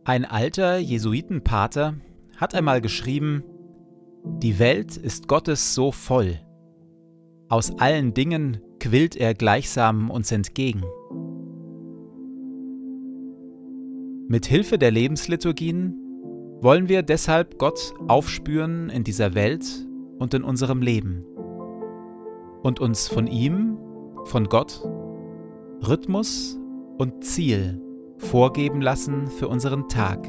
Ein alter Jesuitenpater hat einmal geschrieben: Die Welt ist Gottes so voll. Aus allen Dingen quillt er gleichsam uns entgegen. Mit Hilfe der Lebensliturgien wollen wir deshalb Gott aufspüren in dieser Welt und in unserem Leben und uns von ihm, von Gott, Rhythmus und Ziel vorgeben lassen für unseren Tag.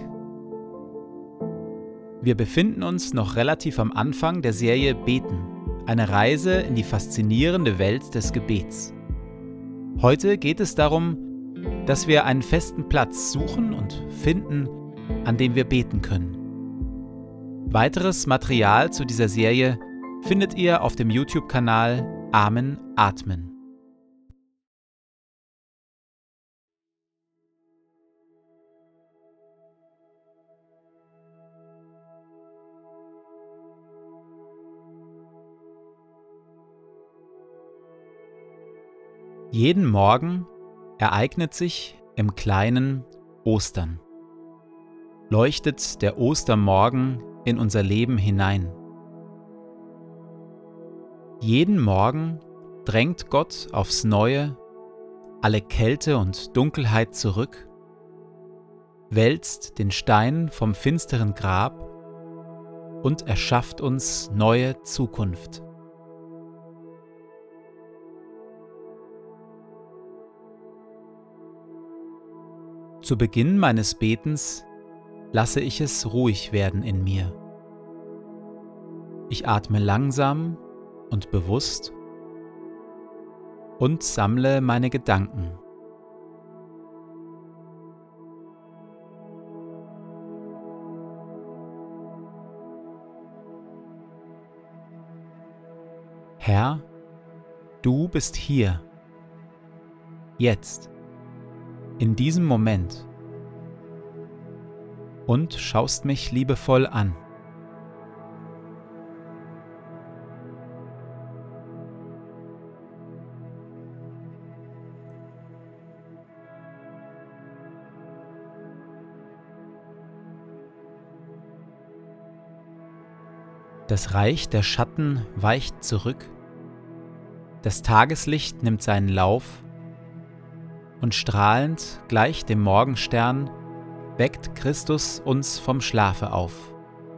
Wir befinden uns noch relativ am Anfang der Serie Beten, eine Reise in die faszinierende Welt des Gebets. Heute geht es darum, dass wir einen festen Platz suchen und finden, an dem wir beten können. Weiteres Material zu dieser Serie findet ihr auf dem YouTube-Kanal Amen Atmen. Jeden Morgen ereignet sich im Kleinen Ostern. Leuchtet der Ostermorgen in unser Leben hinein. Jeden Morgen drängt Gott aufs Neue alle Kälte und Dunkelheit zurück, wälzt den Stein vom finsteren Grab und erschafft uns neue Zukunft. Zu Beginn meines Betens lasse ich es ruhig werden in mir. Ich atme langsam und bewusst und sammle meine Gedanken. Herr, du bist hier, jetzt, in diesem Moment und schaust mich liebevoll an. Das Reich der Schatten weicht zurück, das Tageslicht nimmt seinen Lauf und strahlend gleich dem Morgenstern weckt Christus uns vom Schlafe auf.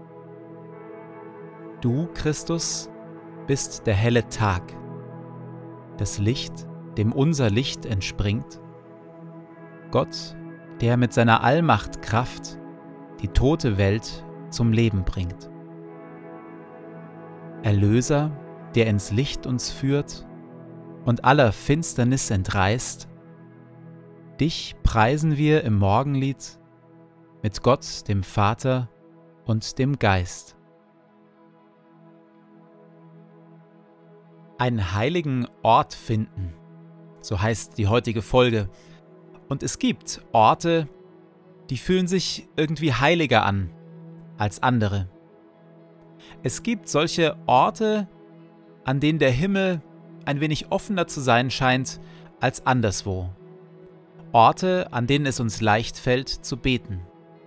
Du, Christus, bist der helle Tag, das Licht, dem unser Licht entspringt, Gott, der mit seiner Allmacht Kraft die tote Welt zum Leben bringt. Erlöser, der ins Licht uns führt und aller Finsternis entreißt, dich preisen wir im Morgenlied mit Gott, dem Vater und dem Geist. Einen heiligen Ort finden, so heißt die heutige Folge. Und es gibt Orte, die fühlen sich irgendwie heiliger an als andere. Es gibt solche Orte, an denen der Himmel ein wenig offener zu sein scheint als anderswo. Orte, an denen es uns leicht fällt zu beten.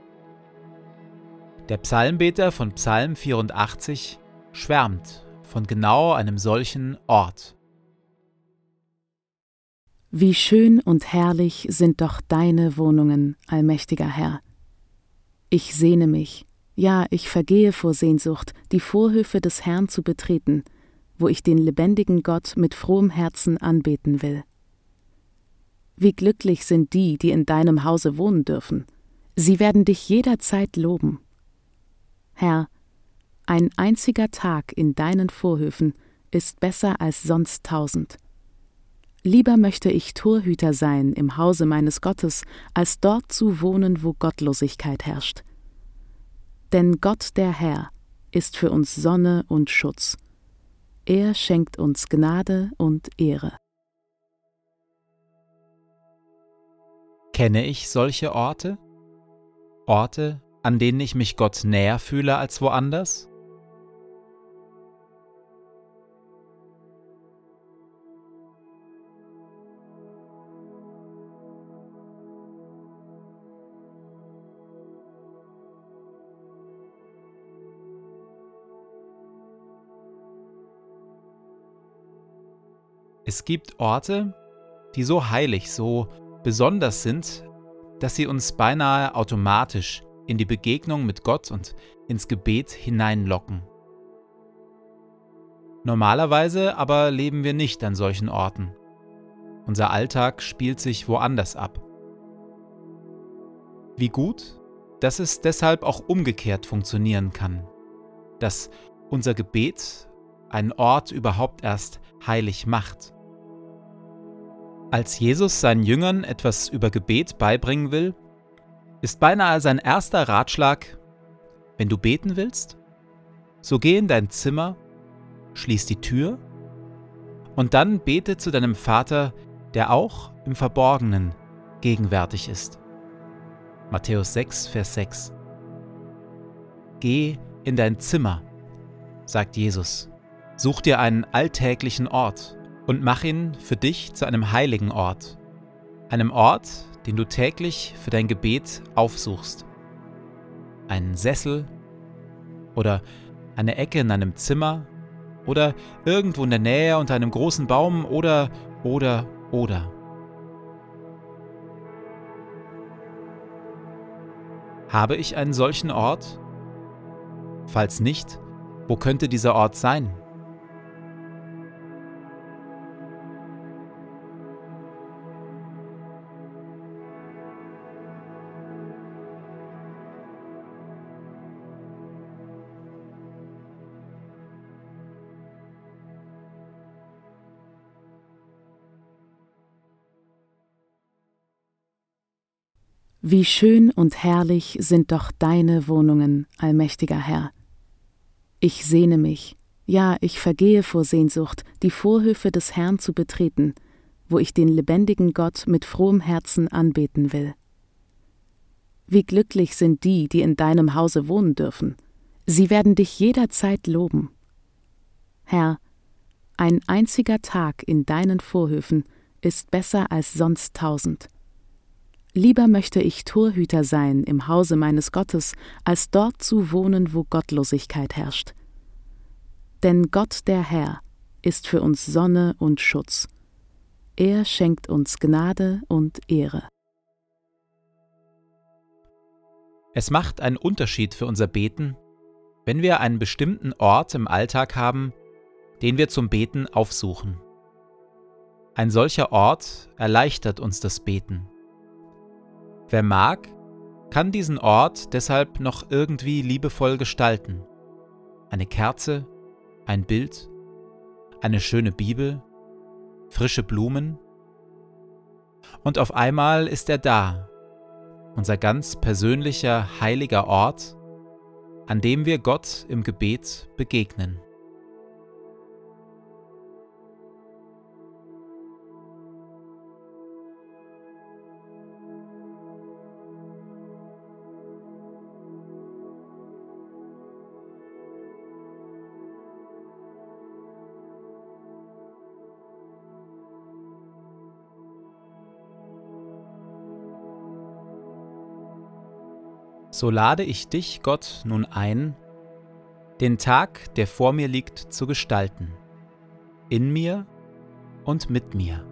Der Psalmbeter von Psalm 84 schwärmt von genau einem solchen Ort. Wie schön und herrlich sind doch deine Wohnungen, allmächtiger Herr. Ich sehne mich, ja, ich vergehe vor Sehnsucht, die Vorhöfe des Herrn zu betreten, wo ich den lebendigen Gott mit frohem Herzen anbeten will. Wie glücklich sind die, die in deinem Hause wohnen dürfen. Sie werden dich jederzeit loben. Herr, ein einziger Tag in deinen Vorhöfen ist besser als sonst 1000. Lieber möchte ich Torhüter sein im Hause meines Gottes, als dort zu wohnen, wo Gottlosigkeit herrscht. Denn Gott der Herr ist für uns Sonne und Schutz. Er schenkt uns Gnade und Ehre. Kenne ich solche Orte? Orte, an denen ich mich Gott näher fühle als woanders? Es gibt Orte, die so heilig, so besonders sind, dass sie uns beinahe automatisch in die Begegnung mit Gott und ins Gebet hineinlocken. Normalerweise aber leben wir nicht an solchen Orten. Unser Alltag spielt sich woanders ab. Wie gut, dass es deshalb auch umgekehrt funktionieren kann, dass unser Gebet einen Ort überhaupt erst heilig macht. Als Jesus seinen Jüngern etwas über Gebet beibringen will, ist beinahe sein erster Ratschlag: Wenn du beten willst, so geh in dein Zimmer, schließ die Tür und dann bete zu deinem Vater, der auch im Verborgenen gegenwärtig ist. Matthäus 6, Vers 6. Geh in dein Zimmer, sagt Jesus. Such dir einen alltäglichen Ort und mach ihn für dich zu einem heiligen Ort. Einem Ort, den du täglich für dein Gebet aufsuchst. Einen Sessel oder eine Ecke in einem Zimmer oder irgendwo in der Nähe unter einem großen Baum oder. Habe ich einen solchen Ort? Falls nicht, wo könnte dieser Ort sein? Wie schön und herrlich sind doch deine Wohnungen, allmächtiger Herr. Ich sehne mich, ja, ich vergehe vor Sehnsucht, die Vorhöfe des Herrn zu betreten, wo ich den lebendigen Gott mit frohem Herzen anbeten will. Wie glücklich sind die, die in deinem Hause wohnen dürfen. Sie werden dich jederzeit loben. Herr, ein einziger Tag in deinen Vorhöfen ist besser als sonst 1000. Lieber möchte ich Torhüter sein im Hause meines Gottes, als dort zu wohnen, wo Gottlosigkeit herrscht. Denn Gott der Herr ist für uns Sonne und Schutz. Er schenkt uns Gnade und Ehre. Es macht einen Unterschied für unser Beten, wenn wir einen bestimmten Ort im Alltag haben, den wir zum Beten aufsuchen. Ein solcher Ort erleichtert uns das Beten. Wer mag, kann diesen Ort deshalb noch irgendwie liebevoll gestalten. Eine Kerze, ein Bild, eine schöne Bibel, frische Blumen. Und auf einmal ist er da, unser ganz persönlicher, heiliger Ort, an dem wir Gott im Gebet begegnen. So lade ich dich, Gott, nun ein, den Tag, der vor mir liegt, zu gestalten, in mir und mit mir.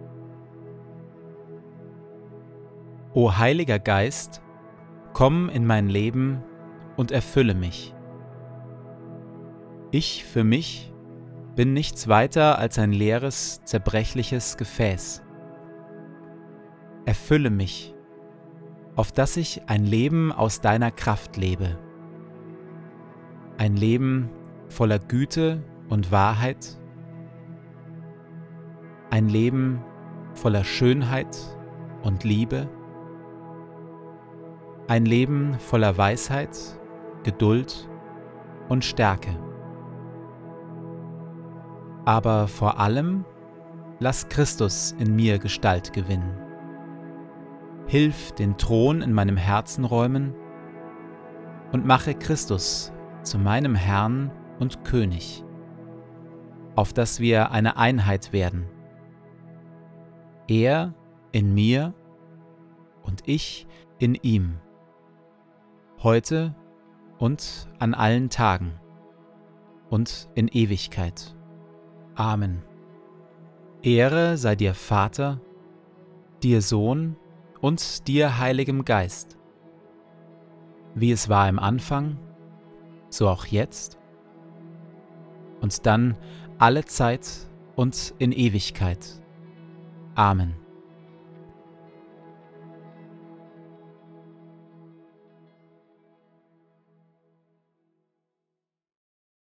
O Heiliger Geist, komm in mein Leben und erfülle mich. Ich für mich bin nichts weiter als ein leeres, zerbrechliches Gefäß. Erfülle mich, auf dass ich ein Leben aus deiner Kraft lebe. Ein Leben voller Güte und Wahrheit. Ein Leben voller Schönheit und Liebe. Ein Leben voller Weisheit, Geduld und Stärke. Aber vor allem lass Christus in mir Gestalt gewinnen. Hilf, den Thron in meinem Herzen räumen und mache Christus zu meinem Herrn und König, auf dass wir eine Einheit werden. Er in mir und ich in ihm, heute und an allen Tagen und in Ewigkeit. Amen. Ehre sei dir Vater, dir Sohn und dir Heiligem Geist, wie es war im Anfang, so auch jetzt und dann alle Zeit und in Ewigkeit. Amen.